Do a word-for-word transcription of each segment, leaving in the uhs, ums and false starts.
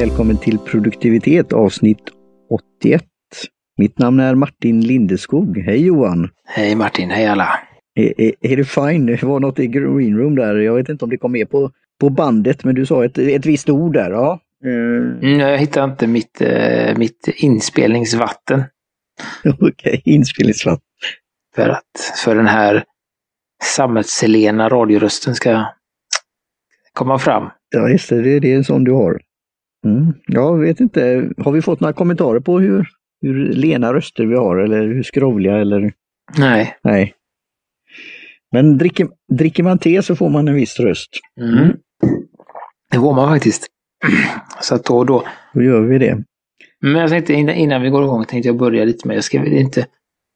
välkommen till Produktivitet avsnitt åttioett. Mitt namn är Martin Lindeskog. Hej Johan! Hej Martin, hej alla! Är, är, är det fine? Det var något i green room där. Jag vet inte om det kom med på, på bandet, men du sa ett, ett visst ord där. Ja. Mm, jag hittar inte mitt, eh, mitt inspelningsvatten. Okej, okay, inspelningsvatten. För att för den här samhällselena radiorösten ska komma fram. Ja, just det. Det, det är en sån du har. Mm. Jag vet inte. Har vi fått några kommentarer på hur, hur lena röster vi har? Eller hur skrovliga? Eller... Nej. Nej. Men dricker, dricker man te så får man en viss röst. Mm. Det får man faktiskt. Så att då och då. Då gör vi det. Men jag tänkte innan, innan vi går igång tänkte jag börja lite med. Jag ska väl inte...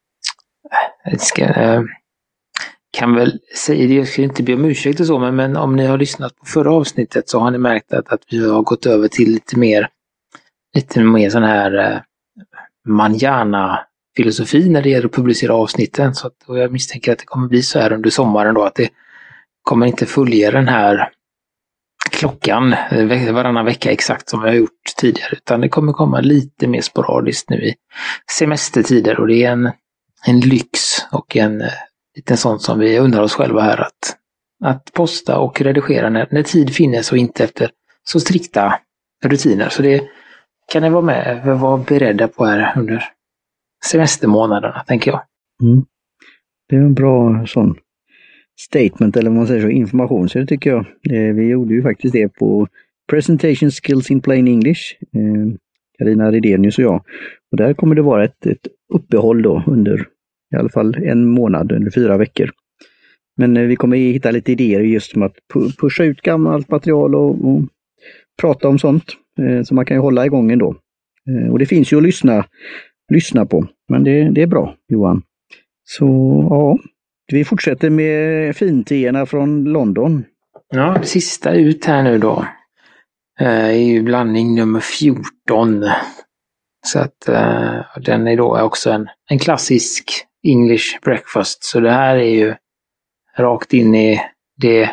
Jag ska... Äh, kan väl säga det. Jag ska inte be om ursäkt och så. Men, men om ni har lyssnat på förra avsnittet så har ni märkt att, att vi har gått över till lite mer... Lite mer sån här... Äh, manjana filosofi när det gäller att publicera avsnitten. Så att, och jag misstänker att det kommer bli så här under sommaren då. Att det kommer inte följa den här... klockan varannan vecka exakt som vi har gjort tidigare, utan det kommer komma lite mer sporadiskt nu i semestertider, och det är en, en lyx och en liten sånt som vi undrar oss själva här att, att posta och redigera när, när tid finnes och inte efter så strikta rutiner. Så det kan ni vara med vara beredda på här under semestermånaderna, tänker jag. Mm. Det är en bra sån statement, eller vad man säger så, information, så det tycker jag. Eh, vi gjorde ju faktiskt det på Presentation Skills in Plain English, Carina eh, Redenius och jag. Och där kommer det vara ett, ett uppehåll då under i alla fall en månad eller fyra veckor. Men eh, vi kommer hitta lite idéer just om att pu- pusha ut gammalt material och, och prata om sånt eh, som man kan ju hålla igång ändå. Eh, och det finns ju att lyssna, lyssna på, men det, det är bra, Johan. Så ja, vi fortsätter med finteerna från London. Ja, det sista ut här nu då är ju blandning nummer fjorton. Så att uh, den är då också en, en klassisk English breakfast. Så det här är ju rakt in i det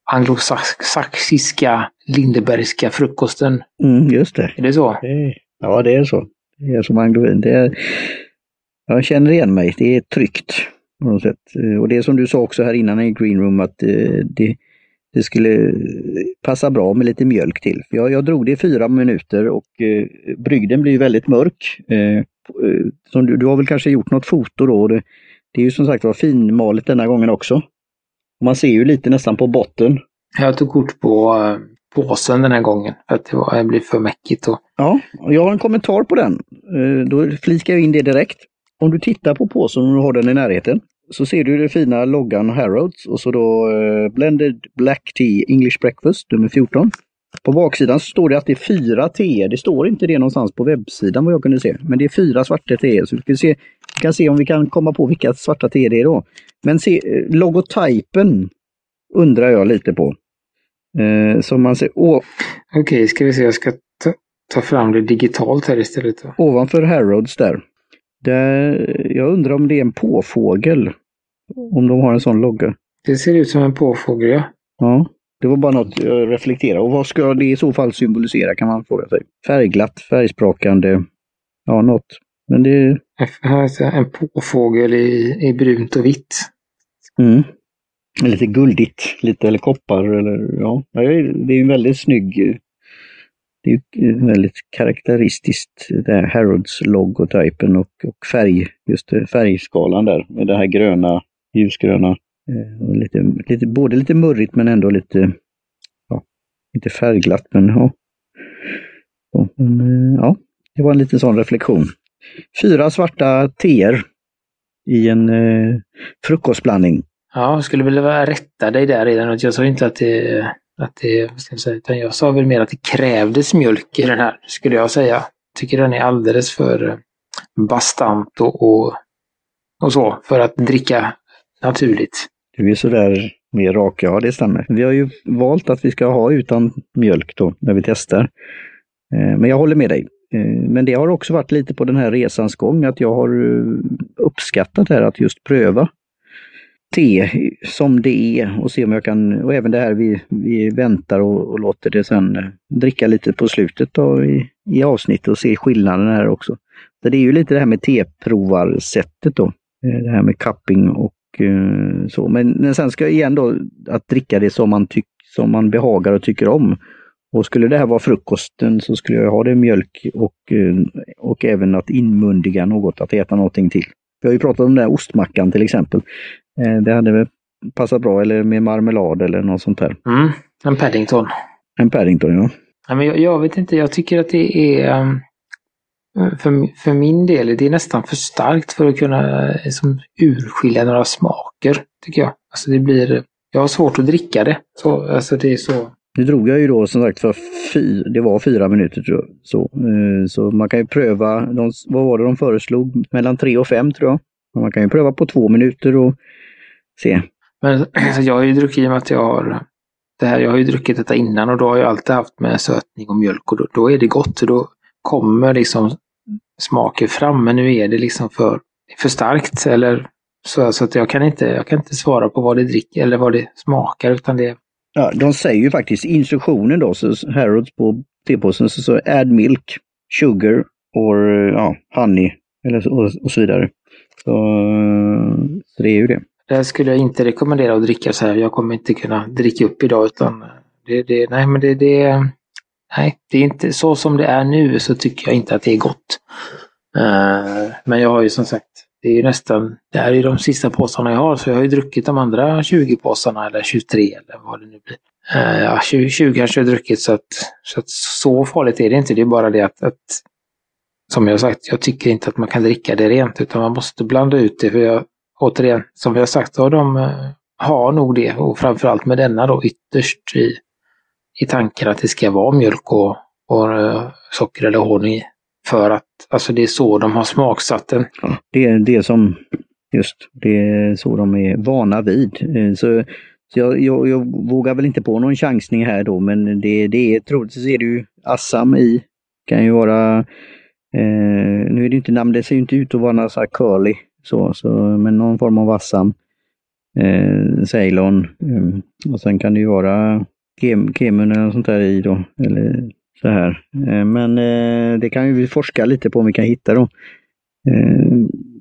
anglosaxiska lindebergska frukosten. Mm, just det. Är det så? Det, ja, det är så. Det är som anglovin. Det är, jag känner igen mig. Det är tryggt. På något sätt. Och det är som du sa också här innan i Green Room, att det, det skulle passa bra med lite mjölk till. För jag, jag drog det i fyra minuter och eh, brygden blir väldigt mörk. Eh, som du, du har väl kanske gjort något foto då. Det, det är ju som sagt var finmalet denna gången också. Och man ser ju lite nästan på botten. Jag tog kort på uh, påsen den här gången för att det, var, det blir för mäckigt. Och... Ja, jag har en kommentar på den. Eh, då flikar jag in det direkt. Om du tittar på påsen och du har den i närheten, så ser du den fina loggan Harrods och så då uh, Blended Black Tea English Breakfast nummer fjorton. På baksidan så står det att det är fyra teer. Det står inte det någonstans på webbsidan vad jag kunde se. Men det är fyra svarta teer. Så vi kan se, vi kan se om vi kan komma på vilka svarta teer det är då. Men se, logotypen undrar jag lite på. Uh, som man ser... Å- Okej, okay, ska vi se. Jag ska ta, ta fram det digitalt här istället då. Ovanför Harrods där. Där, jag undrar om det är en påfågel. Om de har en sån logga. Det ser ut som en påfågel, ja. Ja, det var bara något jag reflekterar. Och vad ska det i så fall symbolisera, kan man fråga sig. Färgglatt, färgsprakande. Ja, något. Men det... En påfågel i, i brunt och vitt. Mm. Lite guldigt. Lite eller koppar. Eller, ja. Det är en väldigt snygg... Det är ju väldigt karaktäristiskt, det här Harrods logotypen och, och färg, just det, färgskalan där med det här gröna, ljusgröna, eh, och lite, lite, både lite murrigt men ändå lite, ja, inte färgglatt, men ja. Så, men, eh, ja, det var en liten sån reflektion. Fyra svarta teer i en eh, frukostblandning. Ja, jag skulle vilja rätta dig där redan. Jag sa inte att det... Att det, vad ska jag säga, utan jag sa väl mer att det krävdes mjölk i den här, skulle jag säga. Tycker den är alldeles för bastant och, och, och så, för att dricka naturligt. Du är sådär mer rak, ja det stämmer. Vi har ju valt att vi ska ha utan mjölk då, när vi testar. Men jag håller med dig. Men det har också varit lite på den här resans gång att jag har uppskattat här att just pröva te som det är och se om jag kan, och även det här vi, vi väntar och, och låter det sen dricka lite på slutet då i, i avsnittet och se skillnaden här också. Så det är ju lite det här med teprovarsättet då, det här med cupping och uh, så. Men, men sen ska igen då att dricka det som man, tyck, som man behagar och tycker om. Och skulle det här vara frukosten så skulle jag ha det mjölk och, och även att inmundiga något, att äta någonting till. Vi har ju pratat om den där ostmackan till exempel. Det hade väl passat bra, eller med marmelad eller något sånt där. Mm, en Paddington. En Paddington, ja. Ja, men jag, jag vet inte, jag tycker att det är för, för min del, det är nästan för starkt för att kunna liksom, urskilja några smaker, tycker jag. Alltså det blir, jag har svårt att dricka det. Så, alltså det är så... Nu drog jag ju då som sagt för fy, det var fyra minuter tror jag. Så, så man kan ju pröva, de, vad var det de föreslog? Mellan tre och fem tror jag. Man kan ju pröva på två minuter och se. Men alltså, jag har ju druckit i och med att jag har det här, jag har ju druckit detta innan och då har jag alltid haft med sötning och mjölk och då, då är det gott och då kommer liksom smaken fram, men nu är det liksom för, för starkt eller så, så att jag kan inte, jag kan inte svara på vad det dricker eller vad det smakar utan det. Ja, de säger ju faktiskt instruktionen då, så Harrods på tepåsen så, så add milk, sugar or ja, honey eller och, och så vidare. Så, så det är ju det. Det skulle jag inte rekommendera att dricka så här. Jag kommer inte kunna dricka upp idag utan det, det, nej men det, det, nej, det är inte så som det är nu så tycker jag inte att det är gott. Uh, men jag har ju som sagt, det är ju nästan, det här är de sista påsarna jag har så jag har ju druckit de andra tjugo påsarna eller tjugotre eller vad det nu blir. Uh, ja, tjugo, tjugo kanske jag har druckit så att, så att så farligt är det inte. Det är bara det att, att som jag har sagt, jag tycker inte att man kan dricka det rent utan man måste blanda ut det för jag, återigen, som vi har sagt, har de uh, har nog det och framförallt med denna då ytterst i, i tanken att det ska vara mjölk och, och uh, socker eller honung för att alltså det är så de har smaksatt den. Ja, det är det som just det är så de är vana vid. Så, så jag, jag, jag vågar väl inte på någon chansning här då, men det, det är troligtvis är det ju Assam i, kan ju vara eh, nu är det inte namn, det ser ju inte ut att vara någon så här curly så, så, men någon form av Assam eh, Ceylon eh, och sen kan det ju vara kem, kemun eller något sånt där i då, eller så här. Eh, men eh, det kan ju vi forska lite på om vi kan hitta då. Eh,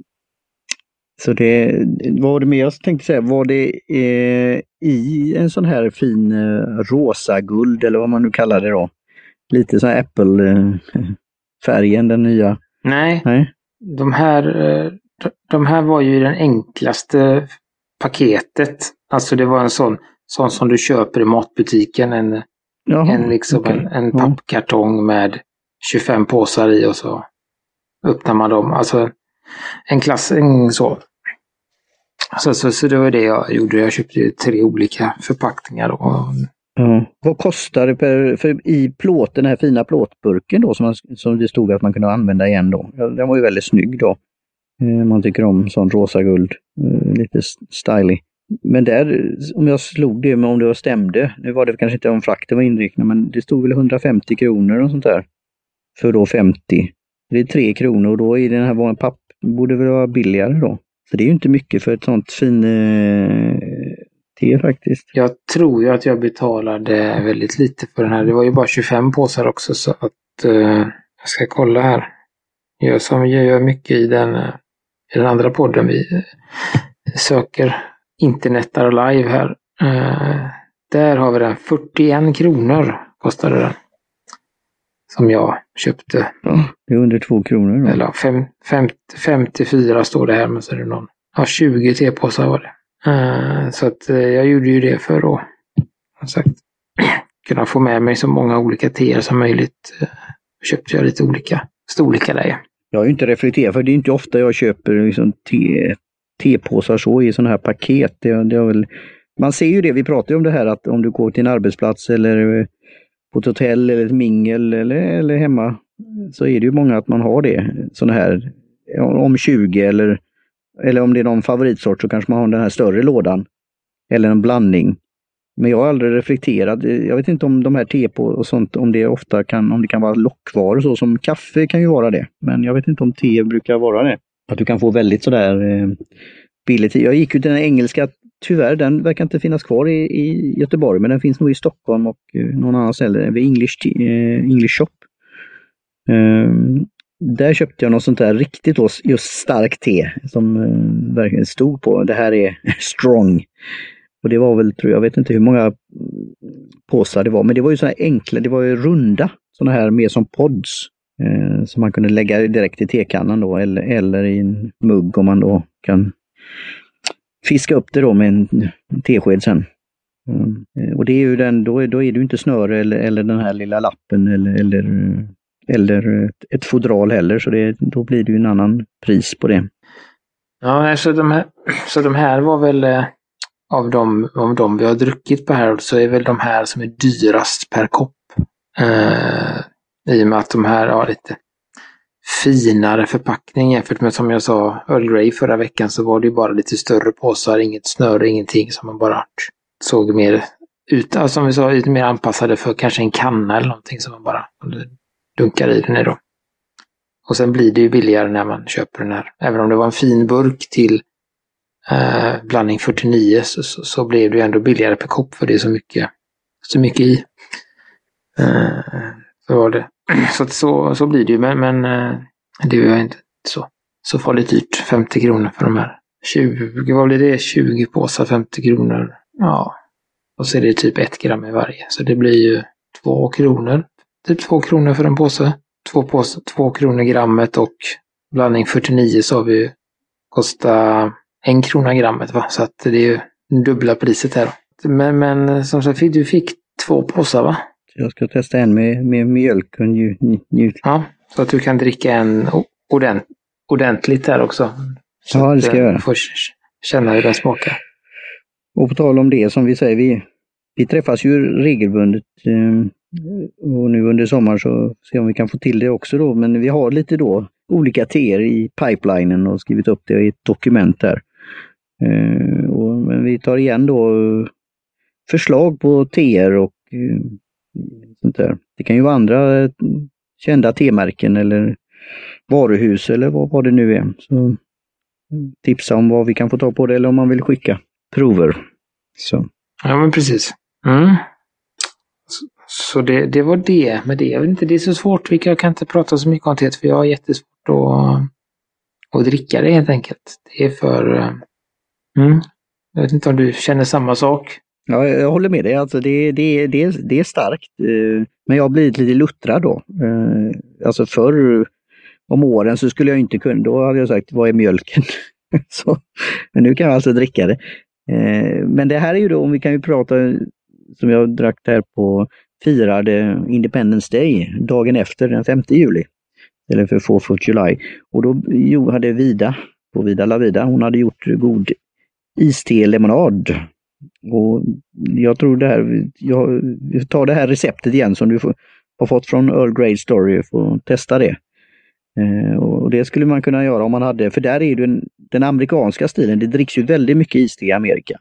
så det var det mer jag tänkte säga, var det eh, i en sån här fin eh, rosa guld eller vad man nu kallar det då. Lite så här Apple eh, färgen, den nya. Nej, Nej. De här de här var ju den enklaste paketet. Alltså det var en sån, sån som du köper i matbutiken. En, Jaha, en, liksom okay. en, en pappkartong med tjugofem påsar i och så öppnar man dem. Alltså en klass, en så. Så, så, så det var det jag gjorde. Jag köpte tre olika förpackningar då. Ja. Vad kostar det per, för i plåt, den här fina plåtburken då som, man, som det stod att man kunde använda igen då? Den var ju väldigt snygg då. Man tycker om sån rosa guld. Lite stylig. Men där, om jag slog det med om det var stämde, nu var det kanske inte om frakten var inriktad, men det stod väl hundrafemtio kronor och sånt där. För då femtio. Det är tre kronor och då är den här vanliga papp borde väl vara billigare då. Så det är ju inte mycket för ett sånt fin eh, te faktiskt. Jag tror ju att jag betalade väldigt lite för den här. Det var ju bara tjugofem påsar också så att eh, jag ska kolla här. Jag som gör mycket i den, i den andra podden vi söker internetar live här. Eh, där har vi den. fyrtioen kronor kostade den. Som jag köpte. Ja, det är under två kronor då. Eller fem, fem, femtiofyra står det här, men så är det någon. Ja, tjugo tepåsar var det. Uh, så att uh, jag gjorde ju det för att som sagt, kunna få med mig så många olika teer som möjligt. Uh, köpte jag lite olika storlekar där. Jag har ju inte reflekterat, för det är inte ofta jag köper liksom te, tepåsar så i sådana här paket. Det, det är väl, man ser ju det, vi pratar ju om det här att om du går till en arbetsplats eller på ett hotell eller ett mingel eller, eller hemma, så är det ju många att man har det. Sådana här om tjugo eller, eller om det är någon favoritsort så kanske man har den här större lådan. Eller en blandning. Men jag har aldrig reflekterat. Jag vet inte om de här te på och sånt, om det ofta kan, om det kan vara lockvaror så som kaffe kan ju vara det. Men jag vet inte om te brukar vara det. Att du kan få väldigt sådär eh, billigt. Jag gick ju till den engelska tyvärr, den verkar inte finnas kvar i, i Göteborg, men den finns nog i Stockholm och uh, någon annan ställe, vid English, uh, English Shop. Um, där köpte jag något sånt där riktigt då, just starkt te som uh, verkligen stod på, det här är strong. Och det var väl, tror jag, jag vet inte hur många påsar det var, men det var ju sådana enkla, det var ju runda, sådana här mer som pods. Uh, som man kunde lägga direkt i tekannan då, eller, eller i en mugg om man då kan fiska upp det då med en tesked sen. Mm. Och det är ju den, då är, då är det ju inte snöre eller, eller den här lilla lappen eller, eller, eller ett, ett fodral heller, så det, då blir det ju en annan pris på det. Ja, så de här, så de här var väl eh, av de, av de vi har druckit på här, så är väl de här som är dyrast per kopp. Eh, I och med att de här har lite finare förpackning jämfört med, som jag sa, Earl Grey förra veckan, så var det ju bara lite större påsar, inget snöre, ingenting, som man bara såg mer ut, alltså, som vi sa, lite mer anpassade för kanske en kanna eller någonting som man bara dunkar i den i då. Och sen blir det ju billigare när man köper den här. Även om det var en fin burk till eh, blandning fyrtionio, så, så, så blev det ju ändå billigare per kopp, för det är så mycket, så mycket i. Eh, så var det. Så, så, så blir det ju, men, men eh, det är ju inte så, så farligt dyrt. femtio kronor för de här. tjugo, vad blir det? tjugo påsar, femtio kronor. Ja. Och så är det typ ett gram i varje. Så det blir ju två kronor. Typ två kronor för en påse. Två, påse, två kronor grammet, och blandning fyrtionio så har vi kostar en krona grammet, va? Så att det är ju dubbla priset här. Men, men som sagt, du fick två påsar, va? Jag ska testa en med, med mjölk och njut. njut. Ja, så att du kan dricka en ordent, ordentligt där också. Så ja, det ska jag göra. Får känna hur den smakar. Och på tal om det, som vi säger, vi, vi träffas ju regelbundet. Eh, och nu under sommaren så ser om vi kan få till det också då. Men vi har lite då olika teer i pipelinen och skrivit upp det i ett dokument där. Eh, och, men vi tar igen då förslag på teer och eh, sånt där. Det kan ju vara andra kända temärken eller varuhus eller vad, vad det nu är. Så tipsa om vad vi kan få ta på det, eller om man vill skicka prover. Så. Ja, men precis. Mm. Så, så det, det var det. Men det, jag vet inte, det är så svårt. Jag kan inte prata så mycket om det, för jag har jättesvårt att, att dricka det helt enkelt. Det är för... Mm. Jag vet inte om du känner samma sak. Ja, jag håller med dig. Alltså det, det, det, det är starkt. Men jag har blivit lite luttrad då. Alltså förr om åren så skulle jag inte kunna. Då hade jag sagt, vad är mjölken? Så, men nu kan jag alltså dricka det. Men det här är ju då, om vi kan ju prata, som jag drack här på, firade Independence Day dagen efter, den femte juli. Eller för fourth of July. Och då jo, hade Vida, på Vida La Vida, hon hade gjort god iste-lemonad. Och jag tror det här, jag tar det här receptet igen som du får, har fått från Earl Grey Story, för att testa det. Eh, och det skulle man kunna göra om man hade, för där är det den, den amerikanska stilen, det dricks ju väldigt mycket iste i Amerika.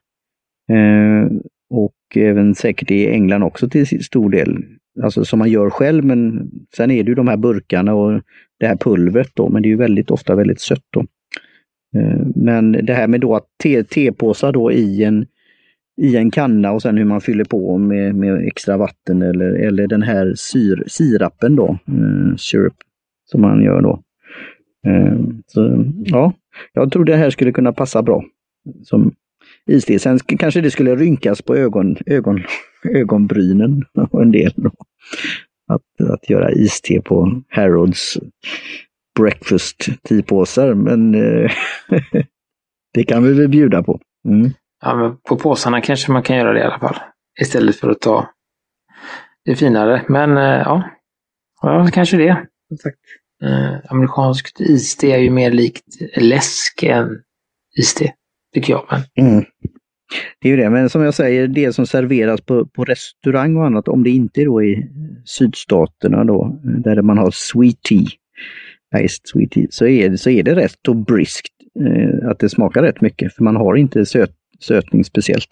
Eh, och även säkert i England också till stor del. Alltså som man gör själv, men sen är det ju de här burkarna och det här pulvret då, men det är ju väldigt ofta väldigt sött då. Eh, men det här med då att te, tepåsar då i en i en kanna och sen hur man fyller på med, med extra vatten eller, eller den här syr, sirappen då, eh, syrup, som man gör då. Eh, så ja, jag tror det här skulle kunna passa bra som iste. Sen kanske det skulle rynkas på ögon, ögon, ögonbrynen och en del då. Att, att göra iste på Harrods breakfast tepåsar, men eh, det kan vi väl bjuda på. Mm. Ja, men på påsarna kanske man kan göra det i alla fall. Istället för att ta det finare. Men ja, ja kanske det. Eh, amerikanskt iste är ju mer likt läsk än iste, tycker jag. Men. Mm. Det är ju det, men som jag säger, det som serveras på, på restaurang och annat, om det inte är då i sydstaterna då, där man har sweet tea, iced sweet tea, så är det, så är det rätt och briskt. Eh, att det smakar rätt mycket, för man har inte söt sötning speciellt.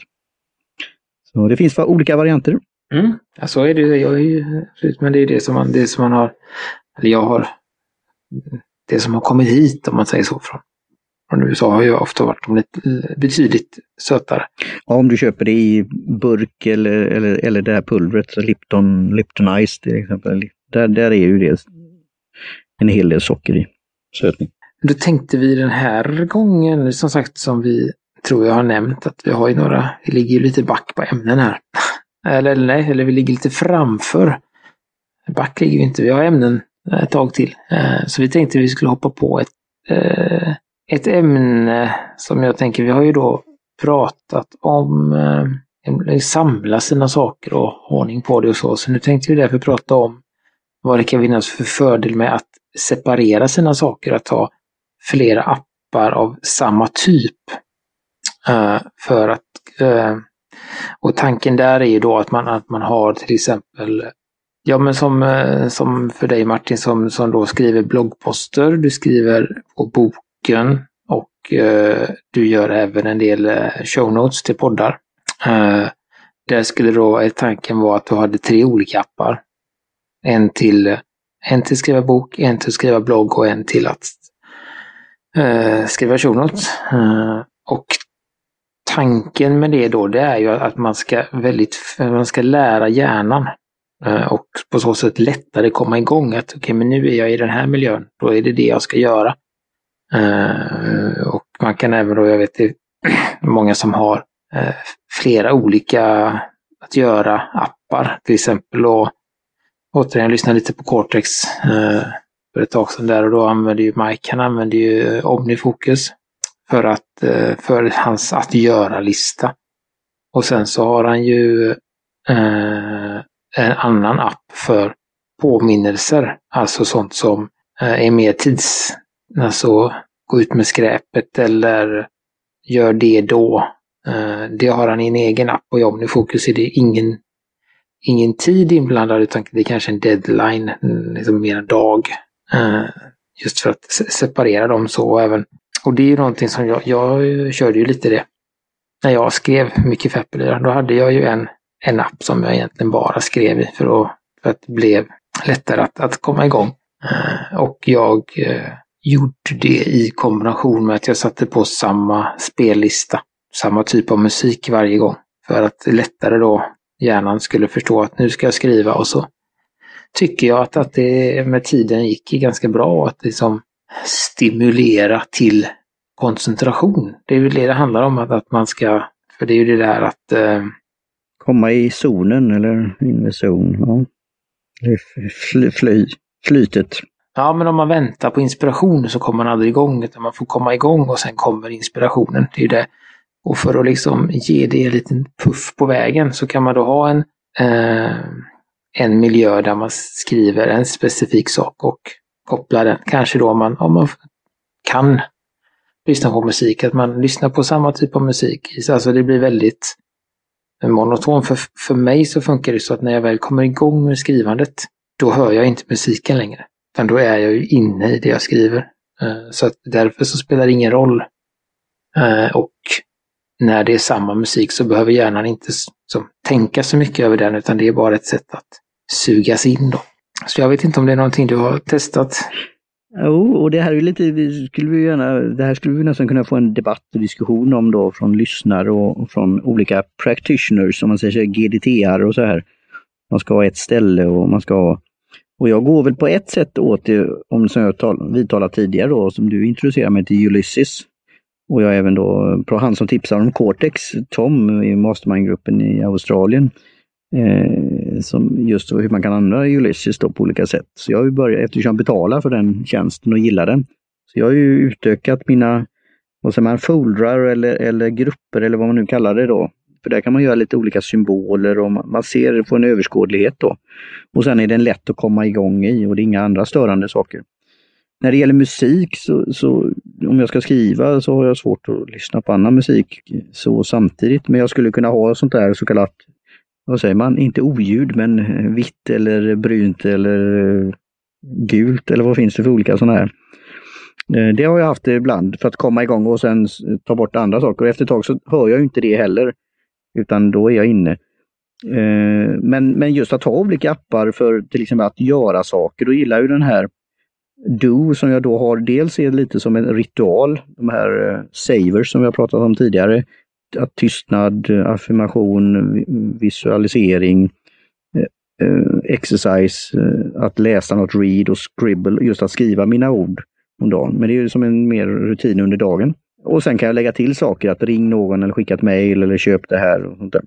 Så det finns olika varianter. Mm. Ja, så är det. Jag är ju, men det är det som man, det som man har, eller jag har, det som har kommit hit, om man säger så, från, från U S A har ju ofta varit de lite, betydligt sötare. Ja, om du köper det i burk eller, eller, eller det här pulvret, så Lipton, Lipton Ice till exempel, där, där är ju det en hel del socker i sötning. Då tänkte vi den här gången, som sagt, som vi tror jag har nämnt, att vi har ju några, vi ligger ju lite back på ämnen här. Eller, eller nej, eller vi ligger lite framför. Back ligger vi inte, vi har ämnen ett tag till. Så vi tänkte vi skulle hoppa på ett, ett ämne som jag tänker, vi har ju då pratat om samla sina saker och ordning på det och så. Så nu tänkte vi därför prata om vad det kan finnas för fördel med att separera sina saker, att ha flera appar av samma typ. För att, och tanken där är ju då att man, att man har till exempel, ja men som, som för dig Martin som, som då skriver bloggposter, du skriver på boken och eh, du gör även en del show notes till poddar. Eh, där skulle då tanken vara att du hade tre olika appar. En till, en till skriva bok, en till skriva blogg och en till att eh, skriva show notes. Eh, och tanken med det då, det är ju att man ska väldigt, man ska lära hjärnan och på så sätt lättare komma igång att okej, okay, men nu är jag i den här miljön, då är det det jag ska göra. Och man kan även då, jag vet det är många som har flera olika att göra appar till exempel, och återigen lyssna lite på Cortex för ett tag sedan där, och då använder ju Mike, han använder ju OmniFocus för att för hans att göra-lista. Och sen så har han ju eh, en annan app för påminnelser, alltså sånt som eh, är mer tids, alltså gå ut med skräpet eller gör det då. Eh, det har han i en egen app, och i OmniFocus är det ingen ingen tid inblandad, utan det är kanske en deadline, liksom mer en dag, eh, just för att separera dem så. Även och det är ju någonting som jag, jag körde ju lite det. När jag skrev mycket Fapper, då hade jag ju en, en app som jag egentligen bara skrev i för att, för att det blev lättare att, att komma igång. Uh, och jag uh, gjorde det i kombination med att jag satte på samma spellista, samma typ av musik varje gång. För att lättare då hjärnan skulle förstå att nu ska jag skriva, och så tycker jag att, att det med tiden gick ganska bra att liksom stimulera till koncentration. Det är ju det det handlar om, att, att man ska, för det är ju det där att eh, komma i zonen eller in i zon, ja. Fly, fly, flytet. Ja, men om man väntar på inspiration så kommer man aldrig igång, utan man får komma igång och sen kommer inspirationen. Det är ju det. Och för att liksom ge det en liten puff på vägen så kan man då ha en eh, en miljö där man skriver en specifik sak och kopplar den. Kanske då om man, om man kan lyssna på musik, att man lyssnar på samma typ av musik. Alltså det blir väldigt monoton. För, för mig så funkar det så att när jag väl kommer igång med skrivandet, då hör jag inte musiken längre. Utan då är jag ju inne i det jag skriver. Så att därför så spelar det ingen roll. Och när det är samma musik så behöver hjärnan inte så, tänka så mycket över den, utan det är bara ett sätt att sugas in då. Så jag vet inte om det är någonting du har testat. Jo, och det här är ju lite, vi skulle vi gärna, det här skulle vi nästan kunna få en debatt och diskussion om då från lyssnare och från olika practitioners, som man säger, G D T-are och så här. Man ska ha ett ställe och man ska ha, och jag går väl på ett sätt åt det, om som jag tal, vi talade tidigare då, som du introducerar mig till Ulysses. Och jag även då, han som tipsar om Cortex, Tom i Mastermind-gruppen i Australien. Eh, som just hur man kan använda Ulysses då på olika sätt. Så jag har ju börjat, eftersom jag betalar för den tjänsten och gillar den. Så jag har ju utökat mina, vad säger man, foldrar eller, eller grupper eller vad man nu kallar det då. För där kan man göra lite olika symboler och man, man ser, får en överskådlighet då. Och sen är den lätt att komma igång i och det är inga andra störande saker. När det gäller musik så, så om jag ska skriva så har jag svårt att lyssna på annan musik så samtidigt. Men jag skulle kunna ha sånt där så kallat, vad säger man, inte oljud men vitt eller brunt eller gult eller vad finns det för olika sådana här. Det har jag haft ibland för att komma igång och sen ta bort andra saker. Och efter ett tag så hör jag ju inte det heller, utan då är jag inne. Men, men just att ha olika appar för till exempel att göra saker, då gillar ju den här Do som jag då har, dels är lite som en ritual, de här uh, savers som jag pratat om tidigare, att tystnad, affirmation, visualisering, uh, exercise, uh, att läsa något, read och scribble, just att skriva mina ord om dagen. Men det är ju som en mer rutin under dagen. Och sen kan jag lägga till saker, att ring någon eller skicka ett mejl eller köp det här och sånt där.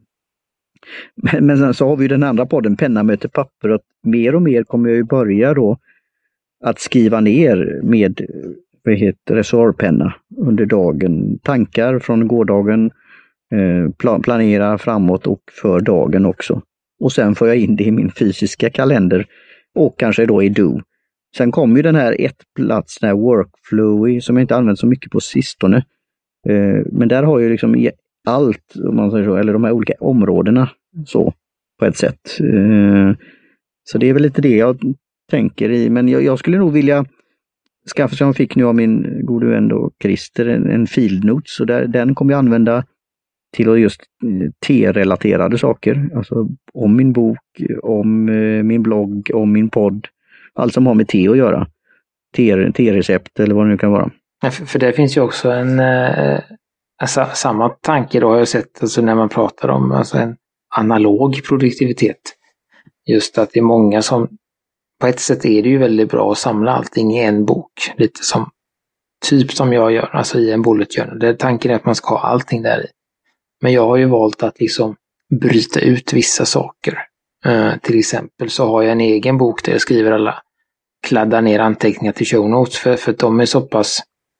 Men, men sen så har vi ju den andra podden, Penna möter papper, att mer och mer kommer jag ju börja då att skriva ner med vad heter reservoarpenna under dagen, tankar från gårdagen, eh, plan, planera framåt och för dagen också. Och sen får jag in det i min fysiska kalender och kanske då i Do. Sen kommer ju den här ett plats, den här workflow som jag inte använt så mycket på sistone. Eh, men där har jag liksom allt, om man säger så, eller de här olika områdena så på ett sätt. Eh, så det är väl lite det jag tänker i, men jag, jag skulle nog vilja skaffa, som jag fick nu av min gode vän då, Christer, en, en field note, så där, den kommer jag använda till att just te-relaterade saker, alltså om min bok, om eh, min blogg, om min podd, allt som har med te att göra. Te, te-recept eller vad det nu kan vara. Ja, för, för det finns ju också en eh, alltså, samma tanke då har jag sett, alltså när man pratar om alltså en analog produktivitet. Just att det är många som, på ett sätt är det ju väldigt bra att samla allting i en bok. Lite som, typ som jag gör, alltså i en bullet journal. Det, tanken är att man ska ha allting där i. Men jag har ju valt att liksom bryta ut vissa saker. Uh, till exempel så har jag en egen bok där jag skriver alla, kladdar ner anteckningar till show notes. För, för att de är så pass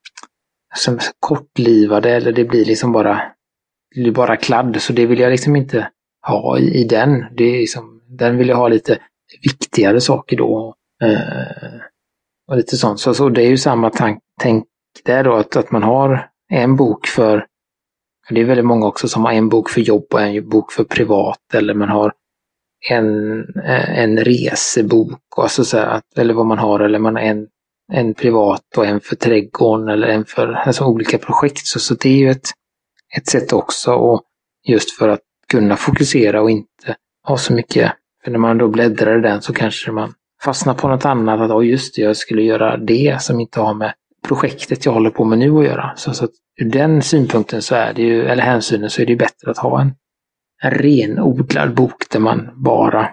som kortlivade, eller det blir liksom bara, det blir bara kladd. Så det vill jag liksom inte ha i, i den. Det är liksom, den vill jag ha lite viktigare saker då. Uh, och lite sånt. Så, så det är ju samma tank, tänk där då, att, att man har en bok för, det är väldigt många också som har en bok för jobb och en bok för privat, eller man har en, en resebok och alltså så här, eller vad man har, eller man har en, en privat och en för trädgården eller en för alltså olika projekt. Så, så det är ju ett, ett sätt också, och just för att kunna fokusera och inte ha så mycket, för när man då bläddrar i den så kanske man fastnar på något annat, att oh, just det, jag skulle göra det som inte har med projektet jag håller på med nu att göra. Så, så att ur den synpunkten så är det ju, eller hänsynen, så är det ju bättre att ha en, en renodlad bok där man bara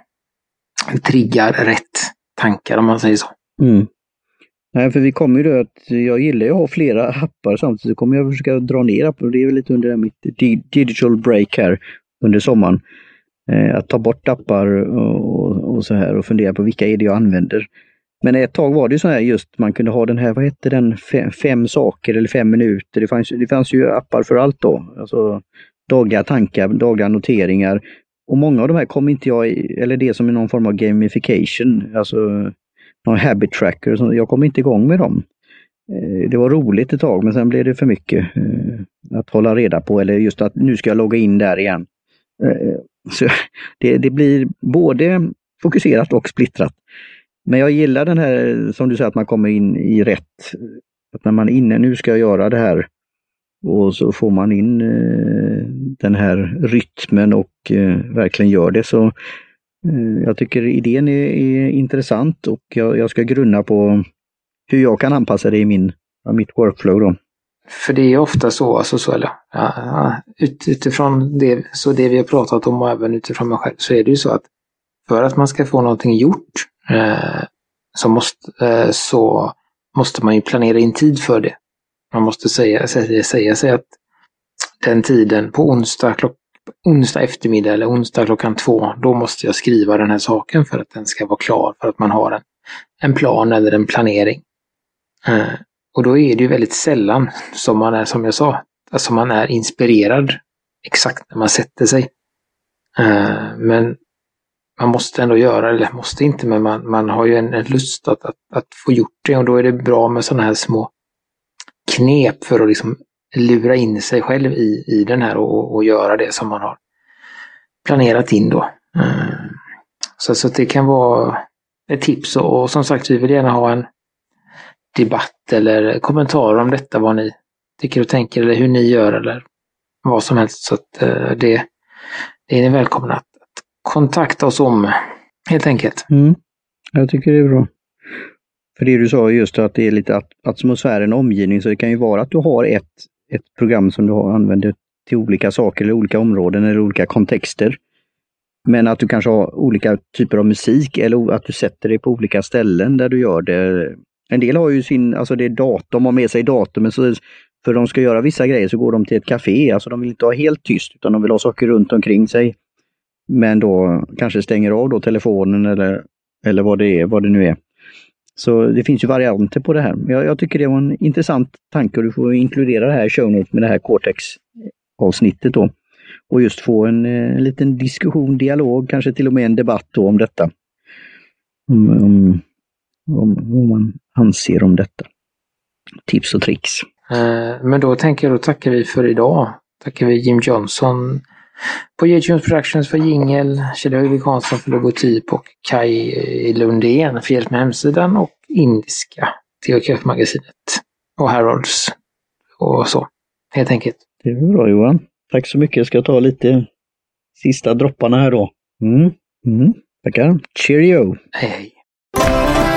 triggar rätt tankar, om man säger så. Mm. Nej, för vi kommer ju då att jag gillar ju att ha flera appar samtidigt, så kommer jag försöka dra ner på det är väl lite under mitt digital break här under sommaren. Eh, att ta bort appar och, och så här och fundera på vilka är det jag använder. Men ett tag var det så här just, man kunde ha den här, vad hette den, fem, fem saker eller fem minuter. Det fanns, det fanns ju appar för allt då. Alltså dagliga tankar, dagliga noteringar. Och många av de här kom inte jag i, eller det som är någon form av gamification. Alltså någon habit tracker. Så jag kom inte igång med dem. Det var roligt ett tag, men sen blev det för mycket att hålla reda på. Eller just att nu ska jag logga in där igen. Så det, det blir både fokuserat och splittrat. Men jag gillar den här, som du säger, att man kommer in i rätt. Att när man är inne, nu ska jag göra det här. Och så får man in eh, den här rytmen och eh, verkligen gör det. Så eh, jag tycker idén är, är intressant, och jag, jag ska grunna på hur jag kan anpassa det i min, mitt workflow då. För det är ofta så, alltså så eller, ja, ut, utifrån det, så det vi har pratat om och även utifrån mig själv, så är det ju så att för att man ska få någonting gjort eh, så, måste, eh, så måste man ju planera in tid för det. Man måste säga, säga, säga sig att den tiden på onsdag, klock, onsdag eftermiddag eller onsdag klockan två, då måste jag skriva den här saken för att den ska vara klar, för att man har en, en plan eller en planering. Eh, och då är det ju väldigt sällan som man är, som jag sa, alltså man är inspirerad exakt när man sätter sig. Eh, men man måste ändå göra, eller måste inte, men man, man har ju en, en lust att, att, att få gjort det, och då är det bra med sådana här små knep för att liksom lura in sig själv i, i den här och, och göra det som man har planerat in då. Mm. Så, så det kan vara ett tips, och, och som sagt, vi vill gärna ha en debatt eller kommentarer om detta, vad ni tycker och tänker eller hur ni gör eller vad som helst, så att uh, det, det är ni välkomna att kontakta oss om, helt enkelt. Mm. Jag tycker det är bra. för det du sa just att det är lite at- atmosfären och omgivning, så det kan ju vara att du har ett, ett program som du har använder till olika saker eller olika områden eller olika kontexter. Men att du kanske har olika typer av musik eller att du sätter dig på olika ställen där du gör det. En del har ju sin, alltså det är datum, de har med sig datum, men så för de ska göra vissa grejer så går de till ett café, alltså de vill inte ha helt tyst utan de vill ha saker runt omkring sig. Men då kanske stänger av då telefonen eller, eller vad det är, vad det nu är. Så det finns ju varianter på det här. Jag, jag tycker det var en intressant tanke och du får inkludera det här i show notes med det här Cortex-avsnittet då. Och just få en, en liten diskussion, dialog, kanske till och med en debatt då om detta. Om, om, om vad man anser om detta. Tips och tricks. Eh, men då tänker jag, då tackar vi för idag. Tackar vi Jim Johnson på J-Tunes Productions för jingel, Kjell Högvik Hansson för logotyp och Kai Lundén för hjälp med hemsidan och Indiska T H Q F-magasinet och Harolds och så, helt enkelt. Det är bra Johan. Tack så mycket. Jag ska ta lite sista dropparna här då. Mm. Mm. Tackar. Cheerio. Hej hej.